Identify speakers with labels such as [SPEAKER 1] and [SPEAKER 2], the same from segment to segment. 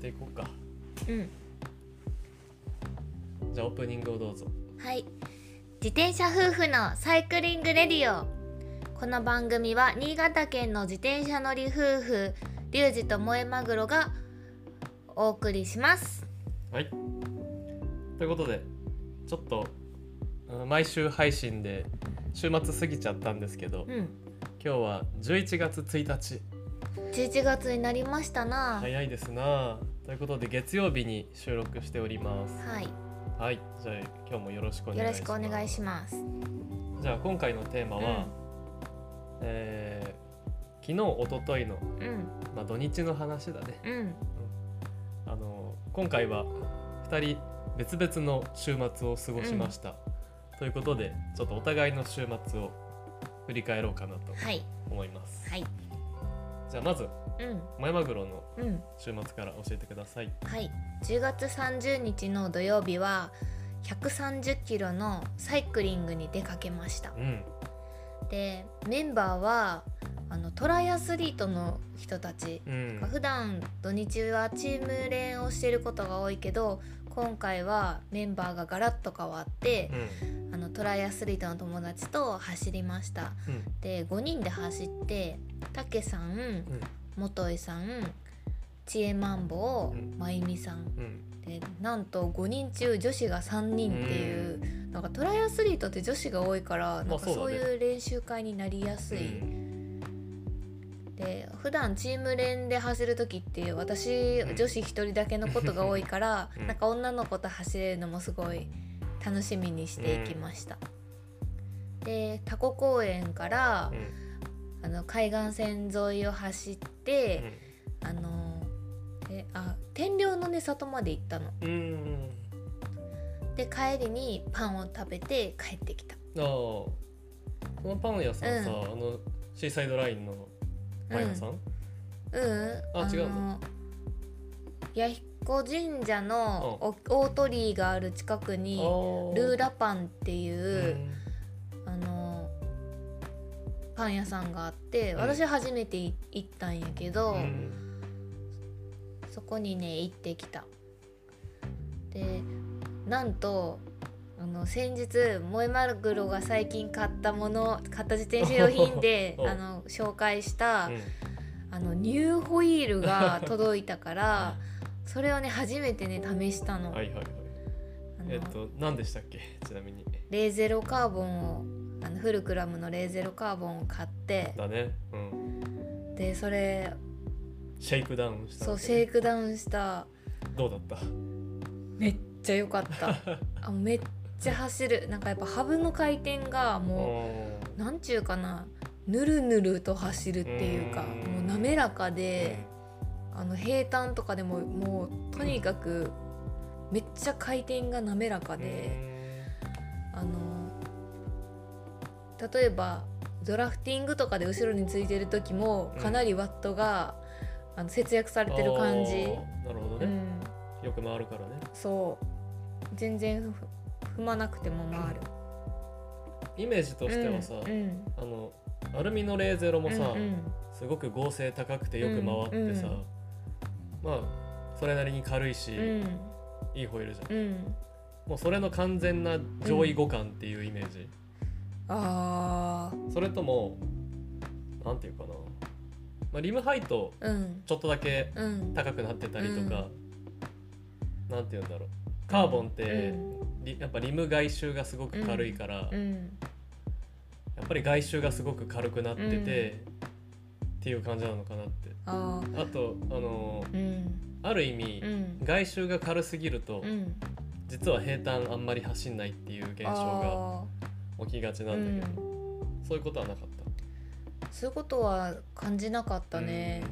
[SPEAKER 1] ていこうか。
[SPEAKER 2] うん。
[SPEAKER 1] じゃあオープニングをどうぞ。
[SPEAKER 2] はい。自転車夫婦のサイクリングレディオ。この番組は新潟県の自転車乗り夫婦リュウジと萌えマグロがお送りします。
[SPEAKER 1] はい。ということでちょっと毎週配信で週末過ぎちゃったんですけど、今日は11月1日。
[SPEAKER 2] 11月になりましたな。
[SPEAKER 1] 早いですな。ということで月曜日に収録しております。
[SPEAKER 2] はい。
[SPEAKER 1] はい。じゃあ今日もよろしくお願いします。
[SPEAKER 2] よろしくお願いします。
[SPEAKER 1] じゃあ今回のテーマは、昨日一昨日の、土日の話だね。今回は2人別々の週末を過ごしました、ということでちょっとお互いの週末を振り返ろうかなと思います。
[SPEAKER 2] はい。
[SPEAKER 1] じゃあまず、萌えマグロの週末から教えてください。
[SPEAKER 2] はい。10月30日の土曜日は130キロのサイクリングに出かけました。でメンバーはトライアスリートの人たち、普段土日はチーム練をしていることが多いけど、今回はメンバーがガラッと変わって、トライアスリートの友達と走りました。で5人で走って、たけさん、元井さん、ちえまんぼう、まゆみさん、でなんと5人中女子が3人っていう、なんかトライアスリートって女子が多いから、なんかそういう練習会になりやすい。で普段チーム練で走る時って私女子1人だけのことが多いから、なんか女の子と走れるのもすごい楽しみにしていきました。でタコ公園から、海岸線沿いを走って、天領のね里まで行ったの。で帰りにパンを食べて帰ってきた。
[SPEAKER 1] そのパン屋さんさ、シーサイドラインのパン屋さん？違うの？
[SPEAKER 2] 弥彦神社の大鳥居がある近くにルーラパンっていうパン屋さんがあって、私初めて行ったんやけど、そこにね行ってきた。でなんと先日萌えマグロが最近買った自転車用品で紹介したニューホイールが届いたからそれをね初めてね試したの。
[SPEAKER 1] 何でしたっけ、ちなみに。
[SPEAKER 2] 00カーボンをフルクラムの00カーボンを買って
[SPEAKER 1] だね、
[SPEAKER 2] でそれ
[SPEAKER 1] シェイクダウンした。
[SPEAKER 2] そう、シェイクダウンした。
[SPEAKER 1] どうだった？
[SPEAKER 2] めっちゃ良かっためっちゃ走る。なんかやっぱハブの回転がもうなんちゅうかな、ぬるぬると走るっていうか、もう滑らかで、平坦とかでももうとにかくめっちゃ回転が滑らかで、例えばドラフティングとかで後ろについてる時もかなりワットが、節約されてる感じ。
[SPEAKER 1] なるほどね、よく回るからね。
[SPEAKER 2] そう全然踏まなくても回る。
[SPEAKER 1] イメージとしてはさ、アルミの00もさ、すごく合成高くてよく回ってさ、まあそれなりに軽いし、いいホイールじゃん、もうそれの完全な上位互換っていうイメージ、それともなんていうかな、リムハイトちょっとだけ高くなってたりとか、なんていうんだろう、カーボンって、やっぱリム外周がすごく軽いから、やっぱり外周がすごく軽くなってて、っていう感じなのかなって。あとある意味、外周が軽すぎると、実は平坦あんまり走んないっていう現象が起きがちなんだけど、そういうことはなかった？
[SPEAKER 2] そういうことは感じなかったね。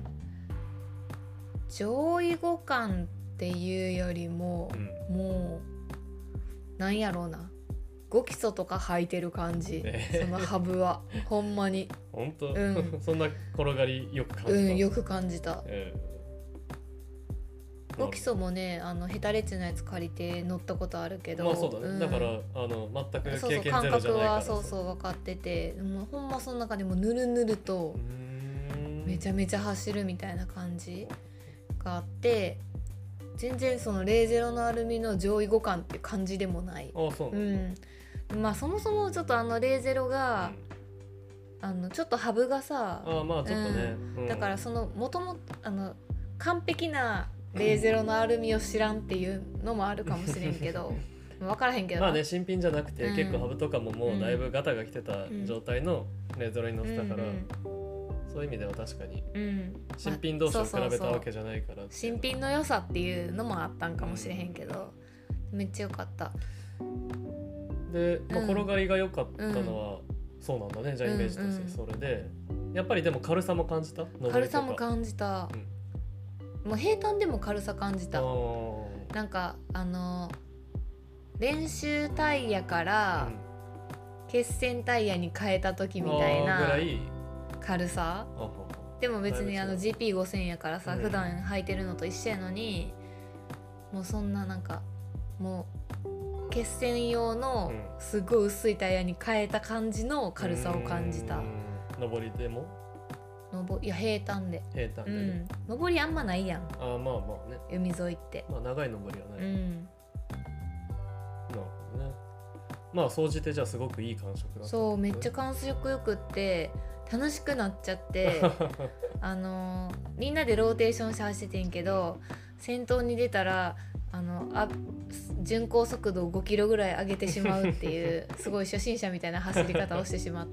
[SPEAKER 2] 上位互換っていうよりも、もうなんやろうな、5基礎とか履いてる感じ、そのハブはほんまに
[SPEAKER 1] 本当、そんな転がりよく感じた？
[SPEAKER 2] よく感じた。5基礎もね、ヘタレッチのやつ借りて乗ったことあるけど、
[SPEAKER 1] そうだね、だから全く経験ゼロじゃないから、
[SPEAKER 2] 感覚は分かってて、もうほんまその中でもぬるぬるとめちゃめちゃ走るみたいな感じがあって、 全然その00のアルミの上位互換っていう感じでもない。
[SPEAKER 1] ああ、そうなん
[SPEAKER 2] だ。まあそもそもちょっと00が、ちょっとハブがさ、
[SPEAKER 1] まあちょっとね、
[SPEAKER 2] だからそのもともと完璧な00のアルミを知らんっていうのもあるかもしれんけど分からへんけど
[SPEAKER 1] まあね、新品じゃなくて、結構ハブとかももうだいぶガタが来てた状態の00に乗せたから、そういう意味では確かに新品同士を比べたわけじゃないから、
[SPEAKER 2] 新品の良さっていうのもあったんかもしれへんけど、めっちゃ良かった。
[SPEAKER 1] で、転がりが良かったのは、そうなんだね。じゃあイメージとしてそれで、やっぱりでも軽さも感じた？
[SPEAKER 2] 軽さも感じた、もう平坦でも軽さ感じた。なんか練習タイヤから決戦タイヤに変えた時みたいな軽さ。でも別にGP5000 やからさ、普段履いてるのと一緒やのに、もうそんななんかもう決戦用のすごい薄いタイヤに変えた感じの軽さを感じた。
[SPEAKER 1] 上りでも？
[SPEAKER 2] いや平坦で。
[SPEAKER 1] 平坦で、ね、
[SPEAKER 2] 上りあんまないやん。
[SPEAKER 1] まあまあね。
[SPEAKER 2] 海沿いって。
[SPEAKER 1] まあ長い上りはない。なるほどね。まあ総じてじゃあすごくいい感触だった、ね。
[SPEAKER 2] そう、めっちゃ感触よくって楽しくなっちゃってみんなでローテーションして走っててんけど、先頭に出たら巡航速度を5キロぐらい上げてしまうっていうすごい初心者みたいな走り方をしてしまった。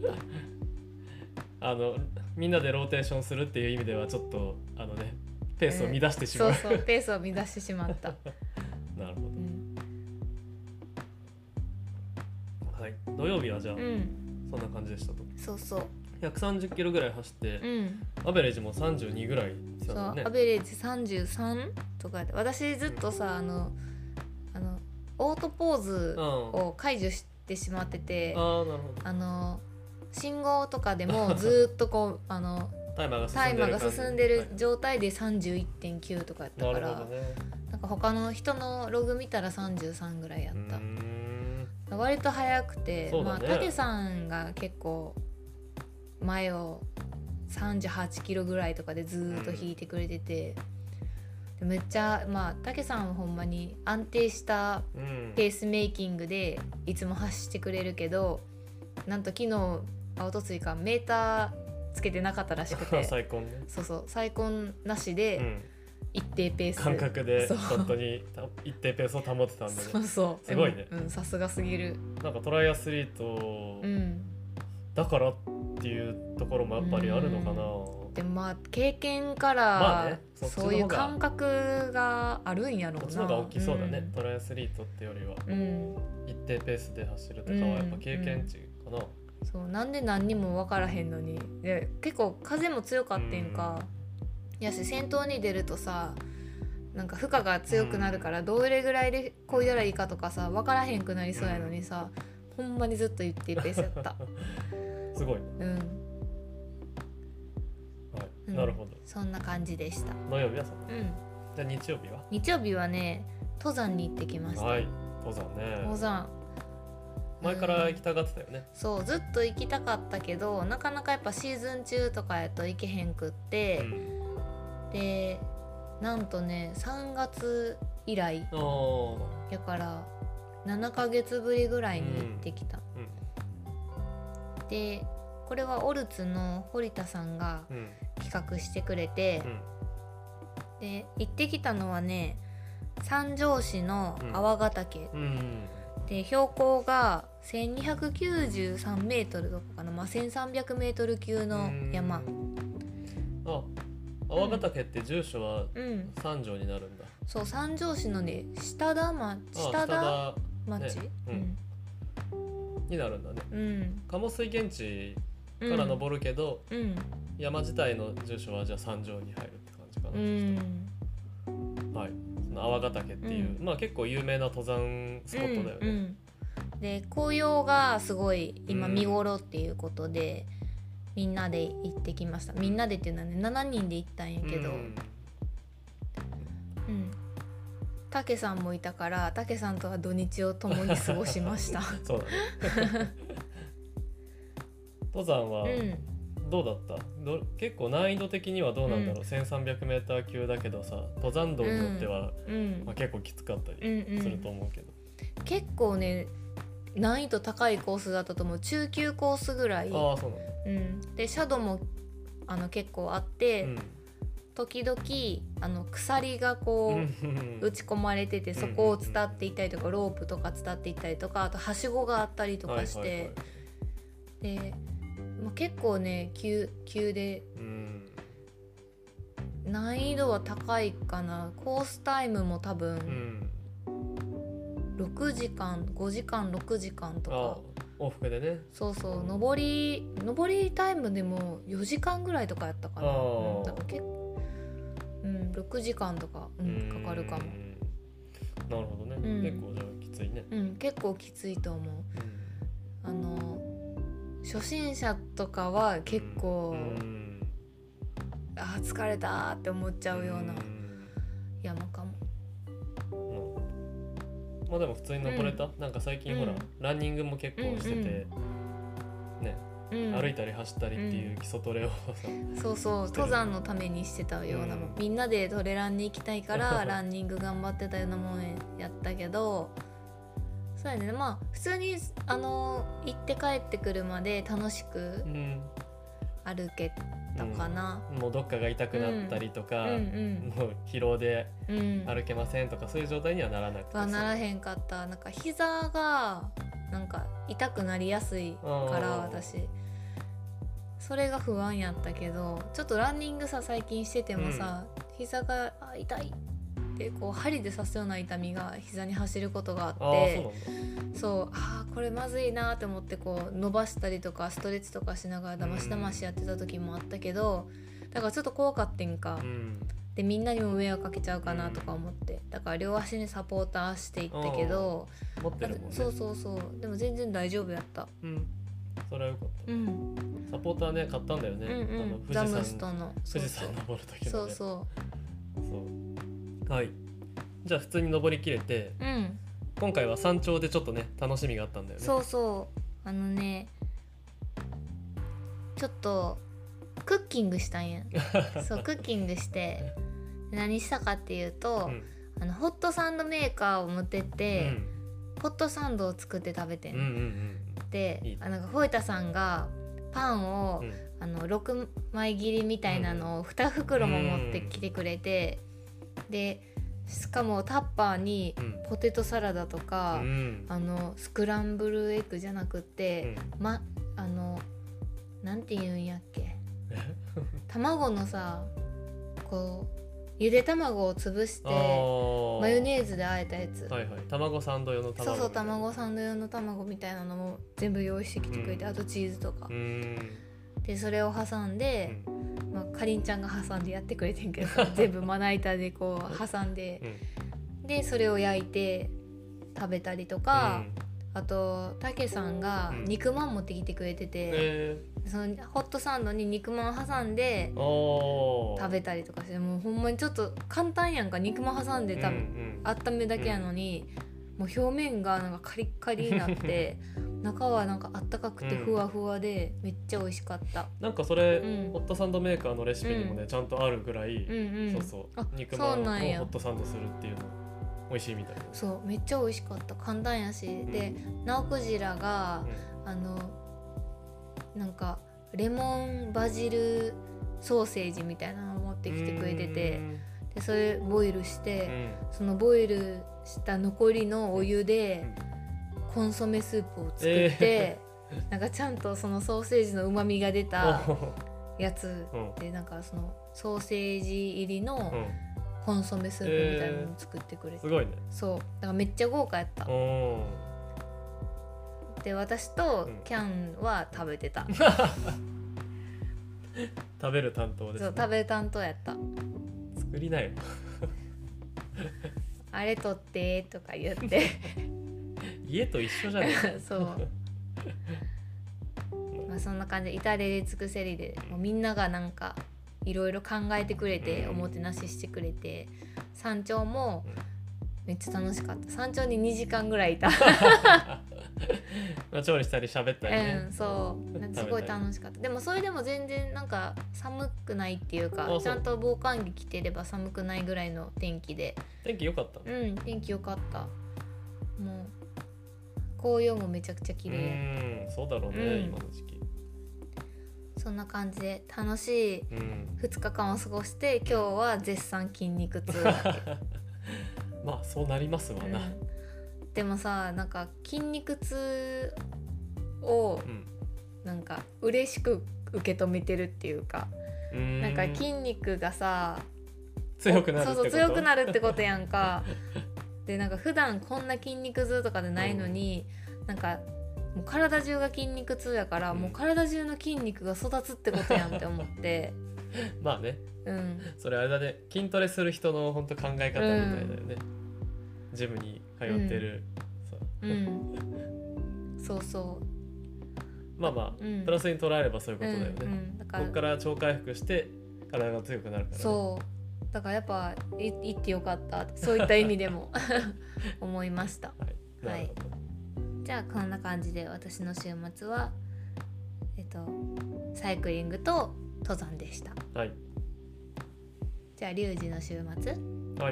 [SPEAKER 1] みんなでローテーションするっていう意味ではちょっとペースを乱してしまう、
[SPEAKER 2] そうペースを乱してしまった
[SPEAKER 1] なるほど、はい、土曜日はじゃあ、そんな感じでしたと。
[SPEAKER 2] そう
[SPEAKER 1] 130キロぐらい走って、アベレージも32ぐらいですよね。
[SPEAKER 2] そうアベレージ33とかで、私ずっとさ、オートポーズを解除してしまってて、
[SPEAKER 1] なるほど。
[SPEAKER 2] 信号とかでもずっとこう
[SPEAKER 1] タイマ
[SPEAKER 2] ーが進んでる状態で 31.9 とかやったから、なんか他の人のログ見たら33ぐらいやった。割と早くて、まあタケさんが結構前を38キロぐらいとかでずっと引いてくれてて、めっちゃタケさんはほんまに安定したペースメイキングでいつも走ってくれるけど、なんと昨日おとついかメーターつけてなかったらしくて
[SPEAKER 1] 再婚ね。
[SPEAKER 2] そう再婚なしで一定ペース、
[SPEAKER 1] 感覚で本当に一定ペースを保ってたんだね。
[SPEAKER 2] そう
[SPEAKER 1] すごいね。
[SPEAKER 2] さすがすぎる。
[SPEAKER 1] なんかトライアスリートだからっていうところもやっぱりあるのかな。
[SPEAKER 2] でも経験からそういう感覚があるんやろうな。
[SPEAKER 1] こっちの方が大きそうだね、トライアスリートってよりは、一定ペースで走るとかはやっぱ経験値かな。
[SPEAKER 2] そうなんで何にも分からへんのに、で結構風も強かってんか、やし先頭に出るとさ、なんか負荷が強くなるからどれぐらいでこいだらいいかとかさ分からへんくなりそうやのにさ、ほんまにずっと言ってるペースやった
[SPEAKER 1] すごいね。なるほど、
[SPEAKER 2] そんな感じでした。
[SPEAKER 1] 土曜日はそう、じゃあ日曜日は
[SPEAKER 2] ね、登山に行ってきました。
[SPEAKER 1] はい、登山ね。
[SPEAKER 2] 登山
[SPEAKER 1] 前から行きたがってたよね。
[SPEAKER 2] そうずっと行きたかったけど、なかなかやっぱシーズン中とかやと行けへんくって、でなんとね3月以来やから7ヶ月ぶりぐらいに行ってきた、でこれはオルツの堀田さんが企画してくれて、で行ってきたのはね、三条市の粟ヶ岳、で標高が1293メートルとかかな、1300メートル級の山。
[SPEAKER 1] 粟ヶ岳って住所は三条になるんだ。
[SPEAKER 2] そう、三条市のね下田町
[SPEAKER 1] になるんだね。鴨水源地から登るけど、山自体の住所はじゃあ三条に入るって感じかな。はい、その粟ヶ岳っていう、結構有名な登山スポットだよね。
[SPEAKER 2] で紅葉がすごい今見頃っていうことで、みんなで行ってきました。みんなでっていうのはね7人で行ったんやけど、たけさんもいたから、たけさんとは土日を共に過ごしました
[SPEAKER 1] そうだね登山は、 どうだった？結構難易度的にはどうなんだろう、1300m 級だけどさ、登山道によっては、まあ、結構きつかったりすると思うけど、
[SPEAKER 2] 結構ね難易度高いコースだったと思う。中級コースぐらい。
[SPEAKER 1] ああそうなん
[SPEAKER 2] だ。でシャドウも結構あって、時々鎖がこう打ち込まれてて、そこを伝っていったりとか、ロープとか伝っていったりとか、あとはしごがあったりとかして、で、まあ、結構ね急で、難易度は高いかな。コースタイムも多分、6時間5時間6時間とか
[SPEAKER 1] 往復でね。
[SPEAKER 2] そうそう、上りタイムでも4時間ぐらいとかやったかな。だから結構、6時間とか、かかるかも。
[SPEAKER 1] なるほどね、結構じゃあきついね。
[SPEAKER 2] 結構きついと思う。初心者とかは結構、疲れたって思っちゃうような山かも。
[SPEAKER 1] まあでも普通に登れた、なんか最近ほら、ランニングも結構してて、ね、歩いたり走ったりっていう基礎トレを
[SPEAKER 2] そう登山のためにしてたようなもん、みんなでトレランに行きたいからランニング頑張ってたようなもんやったけど、そうやね、まあ普通に行って帰ってくるまで楽しく歩けたかな。
[SPEAKER 1] もうどっかが痛くなったりとか、もう疲労で歩けませんとか、そういう状態にはならなくて、
[SPEAKER 2] ならへんかった。なんか膝がなんか痛くなりやすいから私それが不安やったけど、ちょっとランニングさ最近しててもさ、膝が痛いってこう針で刺すような痛みが膝に走ることがあって、これまずいなって思ってこう伸ばしたりとかストレッチとかしながらだましだましやってた時もあったけど、だからちょっと怖かってんか、でみんなにも迷惑かけちゃうかなとか思って、だから両足にサポーターしていったけど、
[SPEAKER 1] 持ってるもんね。
[SPEAKER 2] そうでも全然大丈夫やった。
[SPEAKER 1] それはよかった、サポーターね買ったんだよね、
[SPEAKER 2] ザムストの
[SPEAKER 1] 富士山登る時のね。
[SPEAKER 2] そう
[SPEAKER 1] はい。じゃあ普通に登りきれて、今回は山頂でちょっとね楽しみがあったんだよね。ち
[SPEAKER 2] ょっとクッキングしたんやそうクッキングして何したかっていうと、ホットサンドメーカーを持ってって、ホットサンドを作って食べてん、でなんかフォイタさんがパンを、6枚切りみたいなのを2袋も持ってきてくれて、でしかもタッパーにポテトサラダとか、スクランブルエッグじゃなくて、なんて言うんやっけ卵のさ、こうゆで卵を潰してマヨネーズで和えたやつ、
[SPEAKER 1] 卵サンド用の卵、
[SPEAKER 2] そう卵サンド用の卵みたいなのも全部用意してきてくれて、あとチーズとかでそれを挟んで、かりんちゃんが挟んでやってくれてんけど全部まな板でこう挟んで、でそれを焼いて食べたりとか、あとたけさんが肉まん持ってきてくれてて、そのホットサンドに肉まん挟んで食べたりとかして、もうほんまにちょっと簡単やんか。肉まん挟んで温めだけやのに、もう表面がなんかカリッカリになって中はなんかあったかくてふわふわでめっちゃ美味しかった。
[SPEAKER 1] なんかそれ、ホットサンドメーカーのレシピにもね、ちゃんとあるぐらい、肉まんをホットサンドするっていうの美味しいみたいな。
[SPEAKER 2] そうめっちゃ美味しかった。簡単やし、でナオクジラが、なんかレモンバジルソーセージみたいなのを持ってきてくれてて、でそれボイルして、そのボイルした残りのお湯でコンソメスープを作って、なんかちゃんとそのソーセージのうまみが出たやつで、なんかそのソーセージ入りのコンソメスープみたいなのを作ってくれて、
[SPEAKER 1] すごいね。
[SPEAKER 2] そうだからめっちゃ豪華やった。で私とキャンは食べてた、
[SPEAKER 1] 食べる担当ですね。
[SPEAKER 2] そう食べる担当やった。
[SPEAKER 1] 作りなよ
[SPEAKER 2] あれ取ってとか言って
[SPEAKER 1] 家と一緒じゃねえ
[SPEAKER 2] そうまあそんな感じで至れり尽くせりで、もうみんながなんかいろいろ考えてくれて、おもてなししてくれて、山頂もめっちゃ楽しかった。山頂に2時間ぐらいいた
[SPEAKER 1] まあ調理したり喋ったりね、
[SPEAKER 2] そうなんかすごい楽しかった。でもそれでも全然なんか寒くないっていうか、ちゃんと防寒着着てれば寒くないぐらいの天気で。
[SPEAKER 1] 天気良かった。
[SPEAKER 2] 天気良かった。もう紅葉もめちゃくちゃ綺麗。
[SPEAKER 1] そうだろうね、今の時期。
[SPEAKER 2] そんな感じで楽しい2日間を過ごして、今日は絶賛筋肉痛
[SPEAKER 1] まあそうなりますわな、
[SPEAKER 2] でもさ、なんか筋肉痛をなんか嬉しく受け止めてるっていうか、なんか筋肉がさ
[SPEAKER 1] 強くなるってこと？
[SPEAKER 2] そう強くなるってことやんかでなんか普段こんな筋肉痛とかでないのに、なんかもう体中が筋肉痛やから、もう体中の筋肉が育つってことやんって思って
[SPEAKER 1] まあね、それあれだね、筋トレする人の本当考え方みたいだよね、ジムに通ってる、
[SPEAKER 2] そうそう
[SPEAKER 1] まあ、プラスに捉えればそういうことだよね、だからここから超回復して体が強くなるから、ね、
[SPEAKER 2] そうだからやっぱ行ってよかったそういった意味でも思いましたはい、じゃあこんな感じで私の週末はサイクリングと登山でした。
[SPEAKER 1] はい。
[SPEAKER 2] じゃあリュウジの週末？
[SPEAKER 1] はい。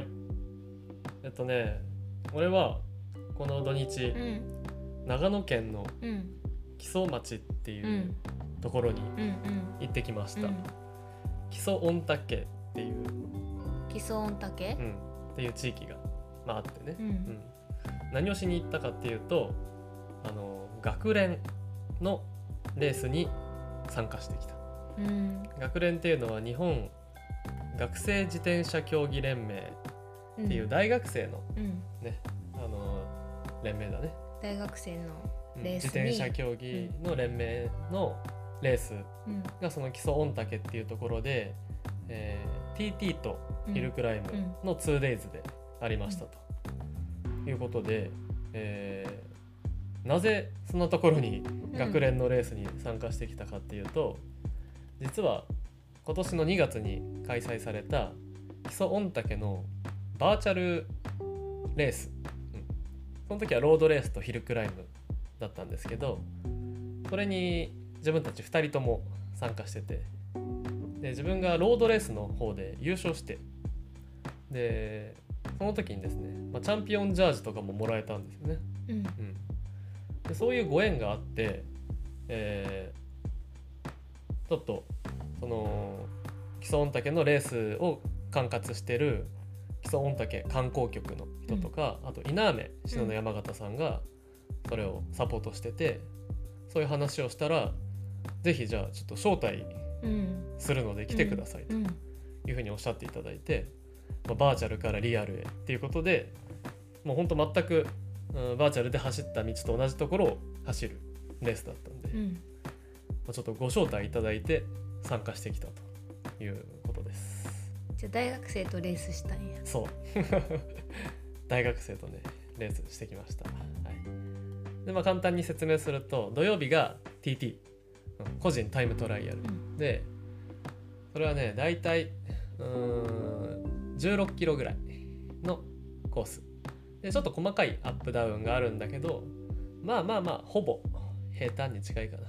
[SPEAKER 1] 俺はこの土日、長野県の木曽町っていうところに行ってきました。木曽御嶽っていう
[SPEAKER 2] 木曽御嶽？
[SPEAKER 1] っていう地域が、あってね、何をしに行ったかっていうと、学連のレースに参加してきた。学連っていうのは日本学生自転車競技連盟っていう大学生の、連盟だね。
[SPEAKER 2] 大学生のレース
[SPEAKER 1] 自転車競技の連盟のレースがその木曽御嶽っていうところで、TT とヒルクライムの 2days でありましたということで、なぜそんなところに学連のレースに参加してきたかっていうと、実は今年の2月に開催された木曽御嶽のバーチャルレース、その時はロードレースとヒルクライムだったんですけど、それに自分たち2人とも参加してて、で自分がロードレースの方で優勝して、でその時にですね、チャンピオンジャージとかももらえたんですよね、でそういうご縁があって、ちょっとその木曽御嶽のレースを管轄してる木曽御嶽観光局の人とか、あと稲雨篠の山形さんがそれをサポートしてて、そういう話をしたら、ぜひじゃあちょっと招待するので来てくださいというふうにおっしゃっていただいて、バーチャルからリアルへっていうことで、もうほんと全く、バーチャルで走った道と同じところを走るレースだったんで、ちょっとご招待いただいて参加してきたということです。
[SPEAKER 2] じゃあ大学生とレースしたんや。
[SPEAKER 1] そう大学生とねレースしてきました、で簡単に説明すると、土曜日が TT、個人タイムトライアル、でそれはねだいたい16キロぐらいのコースで、ちょっと細かいアップダウンがあるんだけど、ほぼ平坦に近いかな、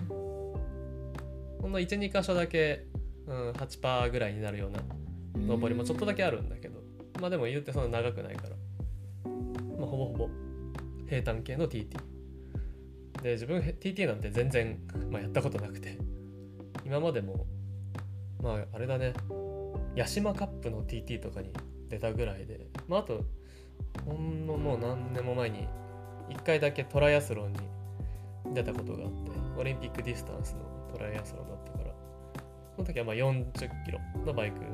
[SPEAKER 1] ほんの 1,2 箇所だけ、8% ぐらいになるような上りもちょっとだけあるんだけど、でも言ってそんな長くないから、ほぼほぼ平坦系の TT で、自分 TT なんて全然、やったことなくて、今までもあれだね、ヤシマカップの TT とかに出たぐらいで、あとほんのもう何年も前に1回だけトライアスロンに出たことがあって、オリンピックディスタンスのトライアスロンだったから、その時は40キロのバイク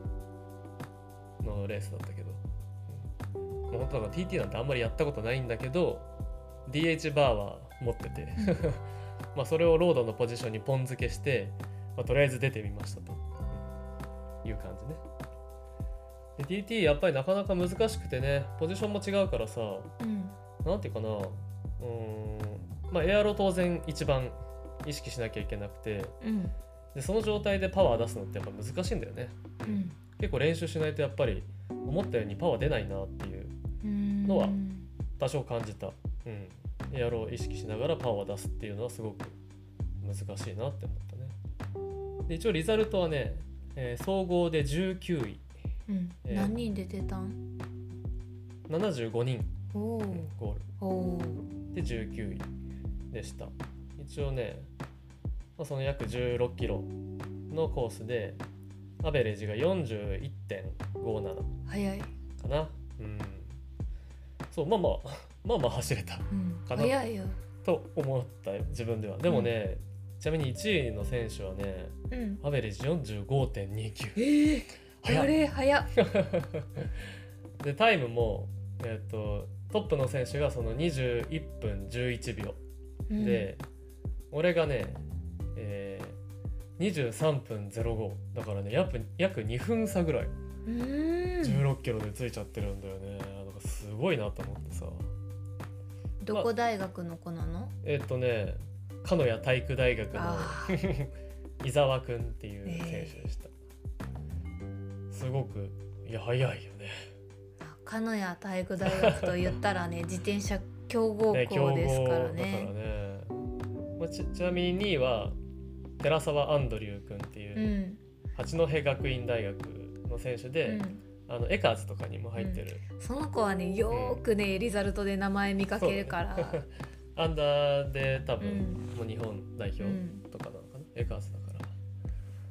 [SPEAKER 1] のレースだったけど、もう本当だから TT なんてあんまりやったことないんだけど DH バーは持っててそれをロードのポジションにポン付けして、とりあえず出てみましたという感じね。で TT やっぱりなかなか難しくてね、ポジションも違うからさ、なんていうかな、エアロ当然一番意識しなきゃいけなくて、でその状態でパワー出すのってやっぱ難しいんだよね、結構練習しないとやっぱり思ったようにパワー出ないなっていうのは多少感じた、 エアロを意識しながらパワーを出すっていうのはすごく難しいなって思ったね。で一応リザルトはね、総合で19位、
[SPEAKER 2] 何人で出たん
[SPEAKER 1] ？75人
[SPEAKER 2] ゴ
[SPEAKER 1] ールで19位でした。一応ね、その約16キロのコースでアベレージが 41.57
[SPEAKER 2] 早い
[SPEAKER 1] かな。そう、まあ走れたかな、
[SPEAKER 2] 早いよ
[SPEAKER 1] と思ったよ自分では。でもね、ちなみに1位の選手はね、アベレージ 45.29。
[SPEAKER 2] 早っ
[SPEAKER 1] でタイムも、トップの選手がその21分11秒、で俺がね、23分05だからね、約2分差ぐらい16キロでついちゃってるんだよね。なんかすごいなと思ってさ。
[SPEAKER 2] どこ大学の子なの？
[SPEAKER 1] 鹿屋体育大学の伊沢くんっていう選手でした。すごく早いよね。
[SPEAKER 2] 鹿屋体育大学と言ったらね自転車強豪校ですからね。
[SPEAKER 1] だからね、ちなみに2位は寺沢アンドリュー君っていう、八戸学院大学の選手で、エカーズとかにも入ってる、
[SPEAKER 2] その子はねよーくね、リザルトで名前見かけるから
[SPEAKER 1] アンダーで多分、もう日本代表とかなのかな、エカーズだから、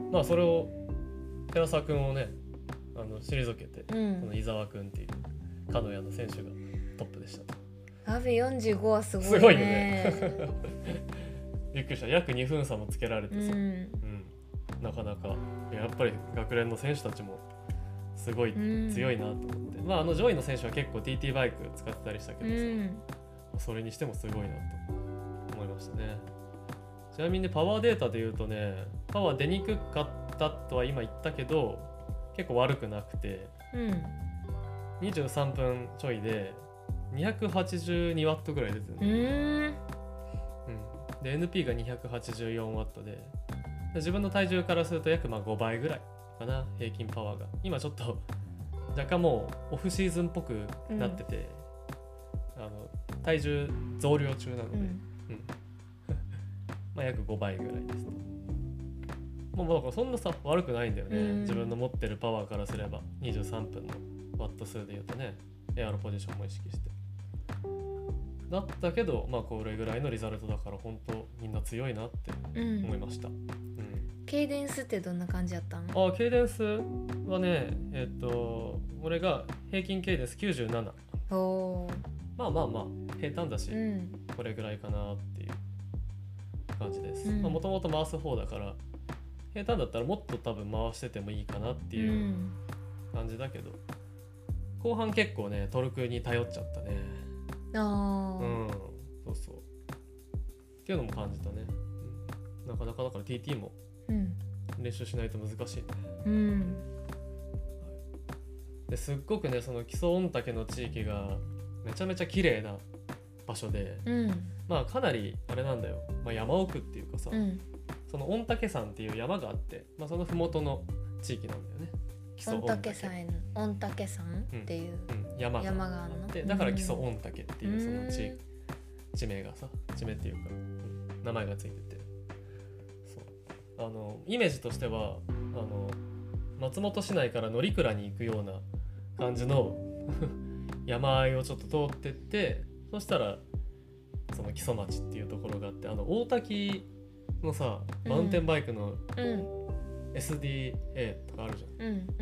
[SPEAKER 1] まあそれを寺沢君をね退けて、その伊沢君っていう鹿屋の選手がトップでしたと。
[SPEAKER 2] アベ45はすごいね。
[SPEAKER 1] すごいよねびっくりした。約2分差もつけられてさ、なかなかやっぱり学連の選手たちもすごい強いなと思って、まあ上位の選手は結構 TT バイク使ってたりしたけどさ、それにしてもすごいなと思いましたね。ちなみに、ね、パワーデータで言うとね、パワー出にくかったとは今言ったけど結構悪くなくて、23分ちょいで282ワットぐらい出てるね。で NP が284ワットで、自分の体重からすると約5倍ぐらいかな、平均パワーが。今ちょっと若干もうオフシーズンっぽくなってて、体重増量中なので、まあ約5倍ぐらいですと。もうだからそんなさ悪くないんだよね、自分の持ってるパワーからすれば。23分のワット数で言うとね、エアロポジションも意識してだったけど、まあこれぐらいのリザルトだから本当みんな強いなって思いました。
[SPEAKER 2] ケイデンスってどんな感じやったの？
[SPEAKER 1] ケイデンスはね、俺が平均ケイデンス97。まあ平坦だし、これぐらいかなっていう感じです。もともと回す方だから平坦だったらもっと多分回しててもいいかなっていう感じだけど、後半結構ねトルクに頼っちゃったね。そうそうっていうのも感じたね。なかなかだから TT も練習しないと難しいね。ですっごくね、その木曽御嶽の地域がめちゃめちゃ綺麗な場所で、まあかなりあれなんだよ、山奥っていうかさ、その御嶽山っていう山があって、その麓の地域なんだよね。
[SPEAKER 2] 御嶽山っていう山があるの
[SPEAKER 1] で、だから木曽御嶽っていうその地名がさ、地名っていうか、名前がついてて、そうイメージとしては松本市内から乗鞍に行くような感じの山あいをちょっと通ってって、そしたらその木曽町っていうところがあって、大滝のさマウンテンバイクの、SDA とかあるじゃん、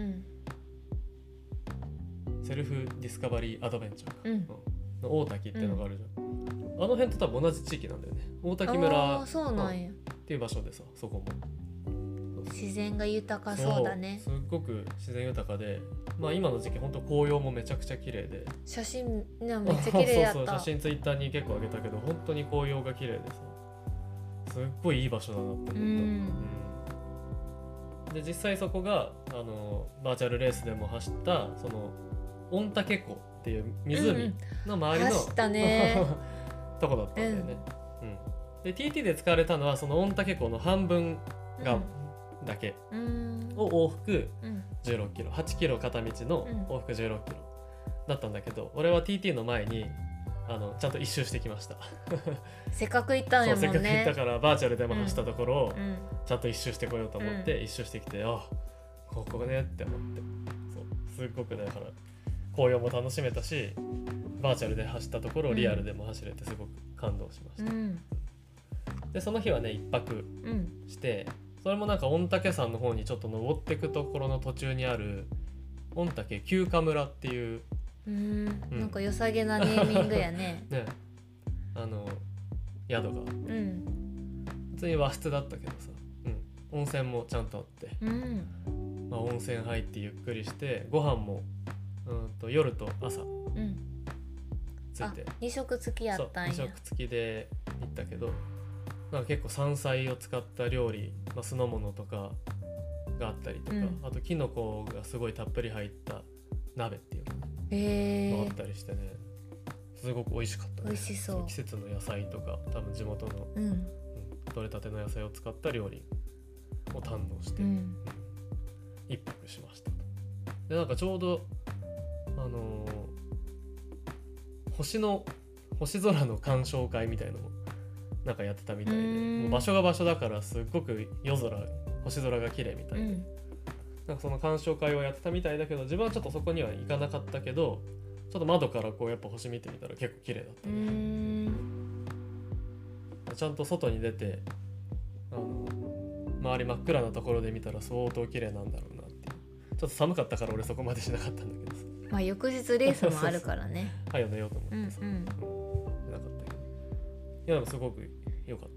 [SPEAKER 1] セルフディスカバリーアドベンチャーか、の大滝っていうのがあるじゃん、あの辺と多分同じ地域なんだよね。大滝村っていう場所でさ、そこも
[SPEAKER 2] 自然が豊かそうだね。
[SPEAKER 1] すっごく自然豊かで、今の時期本当紅葉もめちゃくちゃ綺麗で、
[SPEAKER 2] 写真めっちゃ綺麗だった
[SPEAKER 1] そう写真ツイッターに結構上げたけど、本当に紅葉が綺麗でさ、すっごいいい場所だなって思った。で実際そこがバーチャルレースでも走ったその御嶽湖っていう湖の周りの、
[SPEAKER 2] 走ったね
[SPEAKER 1] とこだったんだよね。で TT で使われたのはその御嶽湖の半分が、だけを往復16キロ、8キロ片道の往復16キロだったんだけど、俺は TT の前にちゃんと一周してきました
[SPEAKER 2] せっかく行ったんやもんね。
[SPEAKER 1] そう、せっかく行ったからバーチャルでも走ったところをちゃんと一周してこようと思って一周してきて、あ、ここねって思って、そうすっごくだから紅葉も楽しめたし、バーチャルで走ったところをリアルでも走れてすごく感動しました、でその日はね1泊して、それもなんか御嶽山の方にちょっと登っていくところの途中にある御嶽休暇村っていう
[SPEAKER 2] なんか良さげなネーミングやね
[SPEAKER 1] ね、宿が、普通に和室だったけどさ、温泉もちゃんとあって、温泉入ってゆっくりしてご飯も夜と朝ついて、
[SPEAKER 2] 2食付きやったんや。
[SPEAKER 1] そう2食付きで行ったけど、なんか結構山菜を使った料理、酢の物とかがあったりとか、あとキノコがすごいたっぷり入った鍋っていうのがあったりしてね、すごく美味しかったね。
[SPEAKER 2] 美味しそう。
[SPEAKER 1] 季節の野菜とか多分地元の、取れたての野菜を使った料理を堪能して、一泊しました。でなんかちょうど星空の鑑賞会みたいのもなんかやってたみたいで、もう場所が場所だからすっごく星空が綺麗みたいで、なんかその鑑賞会をやってたみたいだけど、自分はちょっとそこには行かなかったけど、ちょっと窓からこうやっぱ星見てみたら結構綺麗だったね。ちゃんと外に出て周り真っ暗なところで見たら相当綺麗なんだろうなっていう。ちょっと寒かったから俺そこまでしなかったんだけどさ、
[SPEAKER 2] 翌日レースもあるからね
[SPEAKER 1] 早寝ようと思ってさ、なかったけど、いやでもすごく良かった、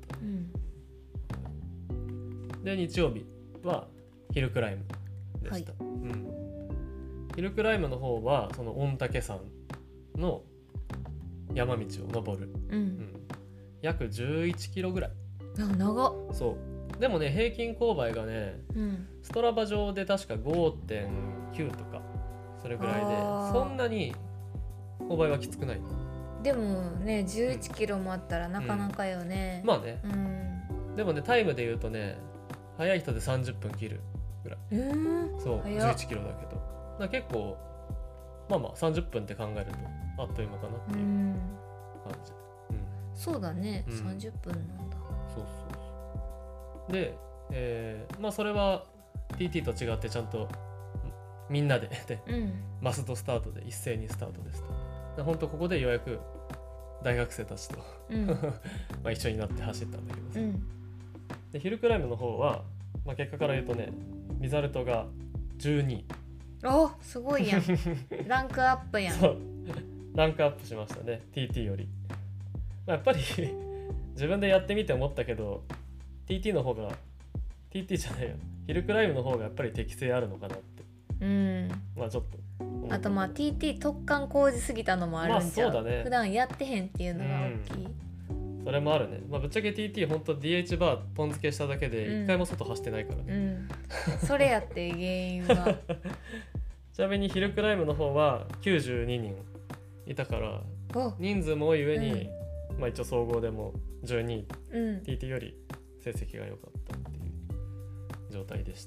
[SPEAKER 1] で日曜日はヒルクライムでした、ヒルクライムの方はその御嶽山の山道を登る、約11キロぐらい。
[SPEAKER 2] 長っ。
[SPEAKER 1] そうでもね平均勾配がね、ストラバ上で確か 5.9 とかそれぐらいで、そんなに勾配はきつくない。
[SPEAKER 2] でもね11キロもあったらなかなかよね、
[SPEAKER 1] まあね、でもねタイムで言うとね速い人で30分切るぐらい、そう11キロだけど、だ結構まあ30分って考えるとあっという間かなっていう感じ、
[SPEAKER 2] そうだね、30分なんだ。
[SPEAKER 1] そうで、それは TT と違ってちゃんとみんなでマストスタートで一斉にスタートですと。本当ここでようやく大学生たちと一緒になって走ったんだけどさ、でヒルクライムの方は、結果から言うとねリザルトが12位。
[SPEAKER 2] お、すごいやんランクアップやん。
[SPEAKER 1] そうランクアップしましたね TT より。やっぱり自分でやってみて思ったけど TT の方が TT じゃないよヒルクライムの方がやっぱり適性あるのかなって、ちょっと
[SPEAKER 2] あとTT 特貫工事すぎたのもあるんちゃう、
[SPEAKER 1] そうだね、
[SPEAKER 2] 普段やってへんっていうのが大きい、
[SPEAKER 1] それもあるね。ぶっちゃけ TT 本当 DH バーポン付けしただけで一回も外走ってないからね、
[SPEAKER 2] それやって原因は
[SPEAKER 1] ちなみにヒルクライムの方は92人いたから人数も多い上に、一応総合でも12位、TT より成績が良かったっていう状態でした、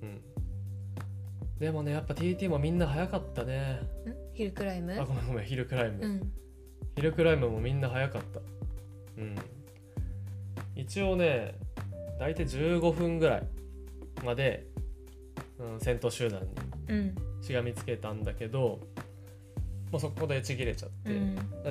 [SPEAKER 1] でもねやっぱ TT もみんな早かったね。
[SPEAKER 2] ヒルクライム？
[SPEAKER 1] ごめんヒルクライム、ヒルクライムもみんな早かった。一応ね大体15分ぐらいまで、先頭集団にしがみつけたんだけど、もうそこでちぎれちゃって、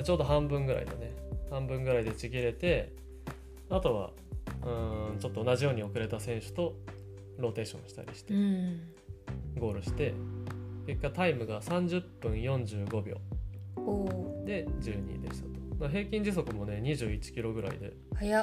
[SPEAKER 1] ちょうど半分ぐらいだね。半分ぐらいでちぎれて、あとはちょっと同じように遅れた選手とローテーションしたりして、ゴールして、結果タイムが30分45秒で12位でしたと。平均時速もね21キロぐらいで、
[SPEAKER 2] 速っ。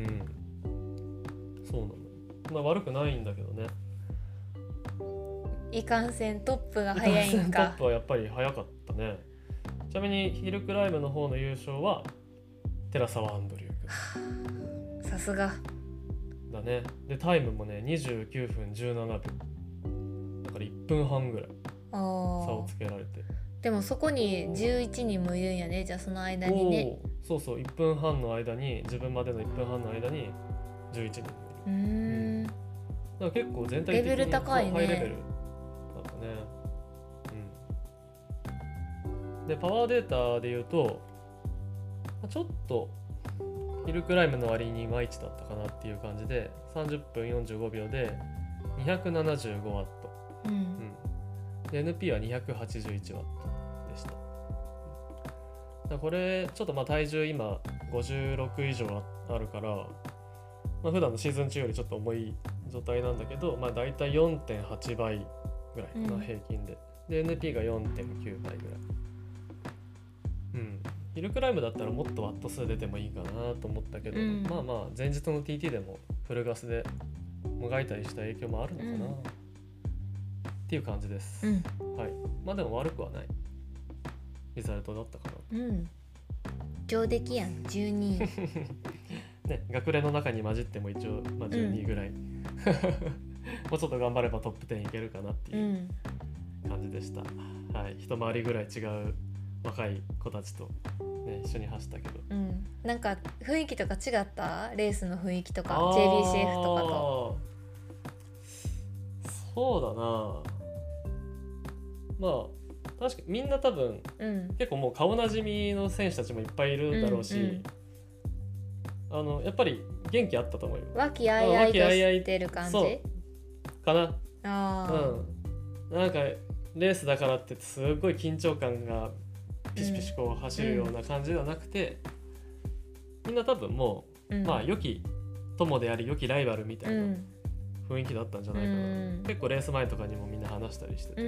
[SPEAKER 1] そうなの。悪くないんだけどね。
[SPEAKER 2] いかんせんトップが速いんか。
[SPEAKER 1] トップはやっぱり速かったね。ちなみにヒルクライムの方の優勝は寺澤アンドリュー君。
[SPEAKER 2] さすが
[SPEAKER 1] だね。でタイムもね29分17秒だから1分半ぐらい差をつけられて。
[SPEAKER 2] でもそこに11人もいるんやね。じゃあその間にね。
[SPEAKER 1] そう1分半の間に、自分までの1分半の間に11人もいる。だから結構全体的に
[SPEAKER 2] レベル高いね。
[SPEAKER 1] ハイレベルだったね。でパワーデータで言うとちょっとヒルクライムの割にいまいちだったかなっていう感じで、30分45秒で275ワット、で NP は281ワットでした。だこれちょっと体重今56以上あるから、普段のシーズン中よりちょっと重い状態なんだけど、だいたい 4.8 倍ぐらいかな、平均で。で NP が 4.9 倍ぐらい。ヒルクライムだったらもっとワット数出てもいいかなと思ったけど、前日の TT でもフルガスでもがいたりした影響もあるのかな、っていう感じです、はい。でも悪くはないリザルトだったかな。
[SPEAKER 2] 上出来やん、12位
[SPEAKER 1] ね、学年の中に混じっても一応、12位ぐらい、もうちょっと頑張ればトップ10いけるかなっていう感じでした、はい。一回りぐらい違う若い子たちと、ね、一緒に走ったけど、
[SPEAKER 2] なんか雰囲気とか違った？レースの雰囲気とか JBCF とかと。
[SPEAKER 1] そうだな、確かにみんな多分、結構もう顔なじみの選手たちもいっぱいいるだろうし、やっぱり元気あったと思うよ。
[SPEAKER 2] 和気あいあいとしてる感じ
[SPEAKER 1] かな。なんかレースだからってすごい緊張感がピシピシこう走るような感じではなくて、みんな多分もう、良き友であり良きライバルみたいな雰囲気だったんじゃないかな、結構レース前とかにもみんな話したりしてて、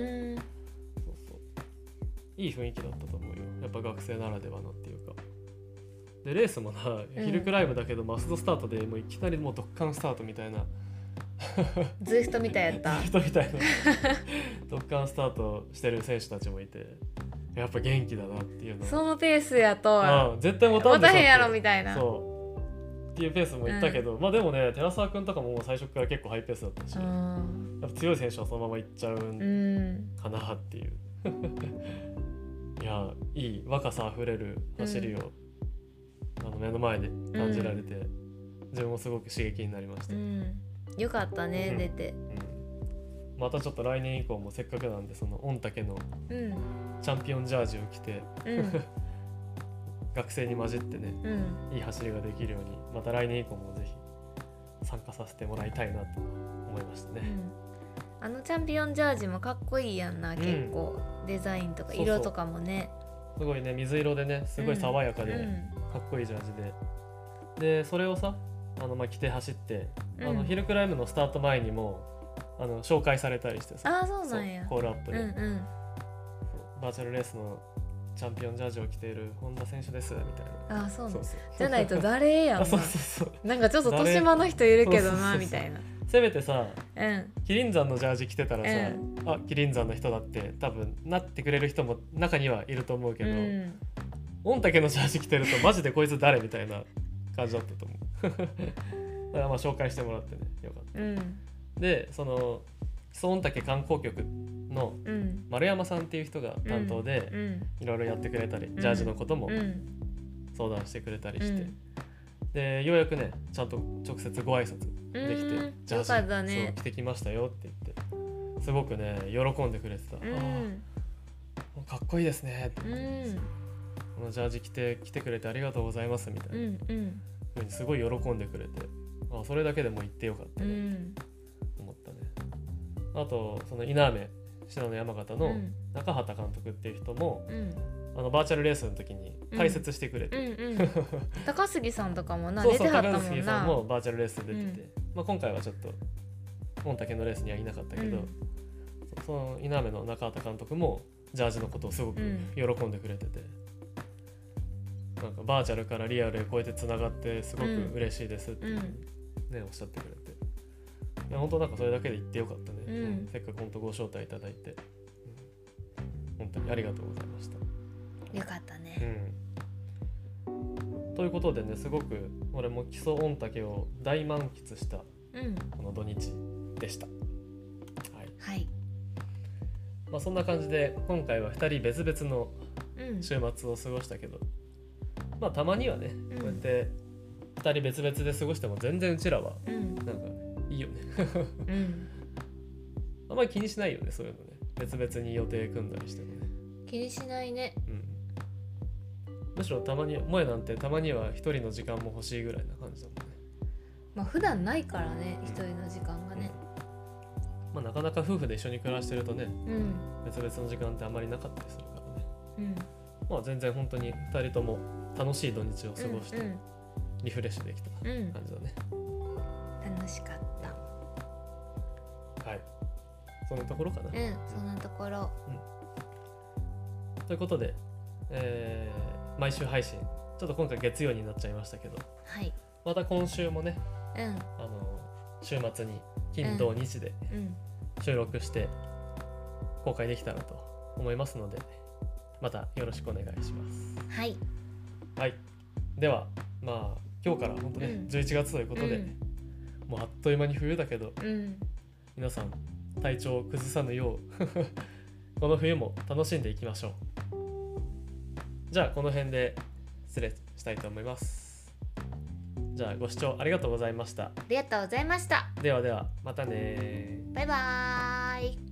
[SPEAKER 1] いい雰囲気だったと思うよ。やっぱ学生ならではのっていうか。でレースもヒルクライムだけどマストスタートでもういきなりもうドッカンスタートみたいな
[SPEAKER 2] ズイフトみたいやった
[SPEAKER 1] ズイフトみたいなドッカンスタートしてる選手たちもいて、やっぱ元気だなっていうの。
[SPEAKER 2] そのペースやと
[SPEAKER 1] 絶対持た
[SPEAKER 2] へんやろみたいな、
[SPEAKER 1] そうっていうペースも言ったけど、でもね寺澤君とかも最初から結構ハイペースだったし、やっぱ強い選手はそのままいっちゃうんかなっていういやいい若さあふれる走りを、目の前で感じられて、自分もすごく刺激になりました、
[SPEAKER 2] よかったね、出て、
[SPEAKER 1] またちょっと来年以降もせっかくなんでその御嶽のチャンピオンジャージを着て、学生に混じってね、いい走りができるようにまた来年以降もぜひ参加させてもらいたいなと思いましたね、
[SPEAKER 2] チャンピオンジャージもかっこいいやんな、結構デザインとか色とかもね、
[SPEAKER 1] すごいね、水色でね、すごい爽やかで、かっこいいジャージで、それをさ着て走って、ヒルクライムのスタート前にも紹介されたりしてさ、
[SPEAKER 2] そうなんや、
[SPEAKER 1] コールアップで、バーチャルレースのチャンピオンジャージを着ている本田選手ですみたいな。
[SPEAKER 2] そうじゃないと誰やんななんかちょっと豊島の人いるけどなみたいな。
[SPEAKER 1] せめてさ、麒麟山のジャージ着てたらさ、麒麟山の人だって多分なってくれる人も中にはいると思うけど、御嶽のジャージ着てるとマジでこいつ誰みたいな感じだったと思うだから紹介してもらってね、よかった、でその御嶽観光局の丸山さんっていう人が担当でいろいろやってくれたり、ジャージのことも相談してくれたりして、でようやくねちゃんと直接ご挨拶できて、ジャージ、そう着てきましたよって言ってすごくね喜んでくれてた、かっこいいですねって、このジャージ着てくれてありがとうございますみたいな、ふうにすごい喜んでくれて、それだけでも言ってよかったね、思ったね。あとその稲雨信濃山形の中畑監督っていう人も、バーチャルレースの時に解説してくれて、
[SPEAKER 2] 高杉さんとかもな出てはったもんな。
[SPEAKER 1] 高杉さんもバーチャルレースで出てて、今回はちょっと御嶽のレースにはいなかったけど、その稲雨の中畑監督もジャージのことをすごく喜んでくれてて、なんかバーチャルからリアルへこうやってつながってすごく嬉しいですってね、おっしゃってくれて、いや本当なんかそれだけで言ってよかったね、せっかく本当ご招待いただいて、本当にありがとうございました。
[SPEAKER 2] よかったね、
[SPEAKER 1] ということでね、すごく俺も基礎御嶽を大満喫したこの土日でした、はい、そんな感じで今回は2人別々の週末を過ごしたけど、たまにはね、こうやって2人別々で過ごしても全然うちらはなんかいいよねあんまり気にしないよね、そういうのね、別々に予定組んだりしてもね、
[SPEAKER 2] 気にしないね、
[SPEAKER 1] むしろたまに萌えなんてたまには一人の時間も欲しいぐらいな感じだもんね。
[SPEAKER 2] まあ普段ないからね、一人の時間がね、
[SPEAKER 1] まあ、なかなか夫婦で一緒に暮らしてるとね、別々の時間ってあんまりなかったりするからね、まあ全然本当に2人とも楽しい土日を過ごして、リフレッシュできた感じだね、
[SPEAKER 2] 楽しかった。
[SPEAKER 1] はい、そんなところかな。
[SPEAKER 2] そんなところ、
[SPEAKER 1] ということで、毎週配信ちょっと今回月曜になっちゃいましたけど、
[SPEAKER 2] はい、
[SPEAKER 1] また今週もね、週末に金土日で収録して公開できたらと思いますので、またよろしくお願いします。
[SPEAKER 2] はい、
[SPEAKER 1] はい、ではまあ今日から本当ね、11月ということで、もうあっという間に冬だけど、皆さん体調を崩さぬようこの冬も楽しんでいきましょう。じゃあこの辺で失礼したいと思います。じゃあご視聴ありがとうございました。
[SPEAKER 2] ありがとうございました。
[SPEAKER 1] ではではまたね。
[SPEAKER 2] バイバーイ。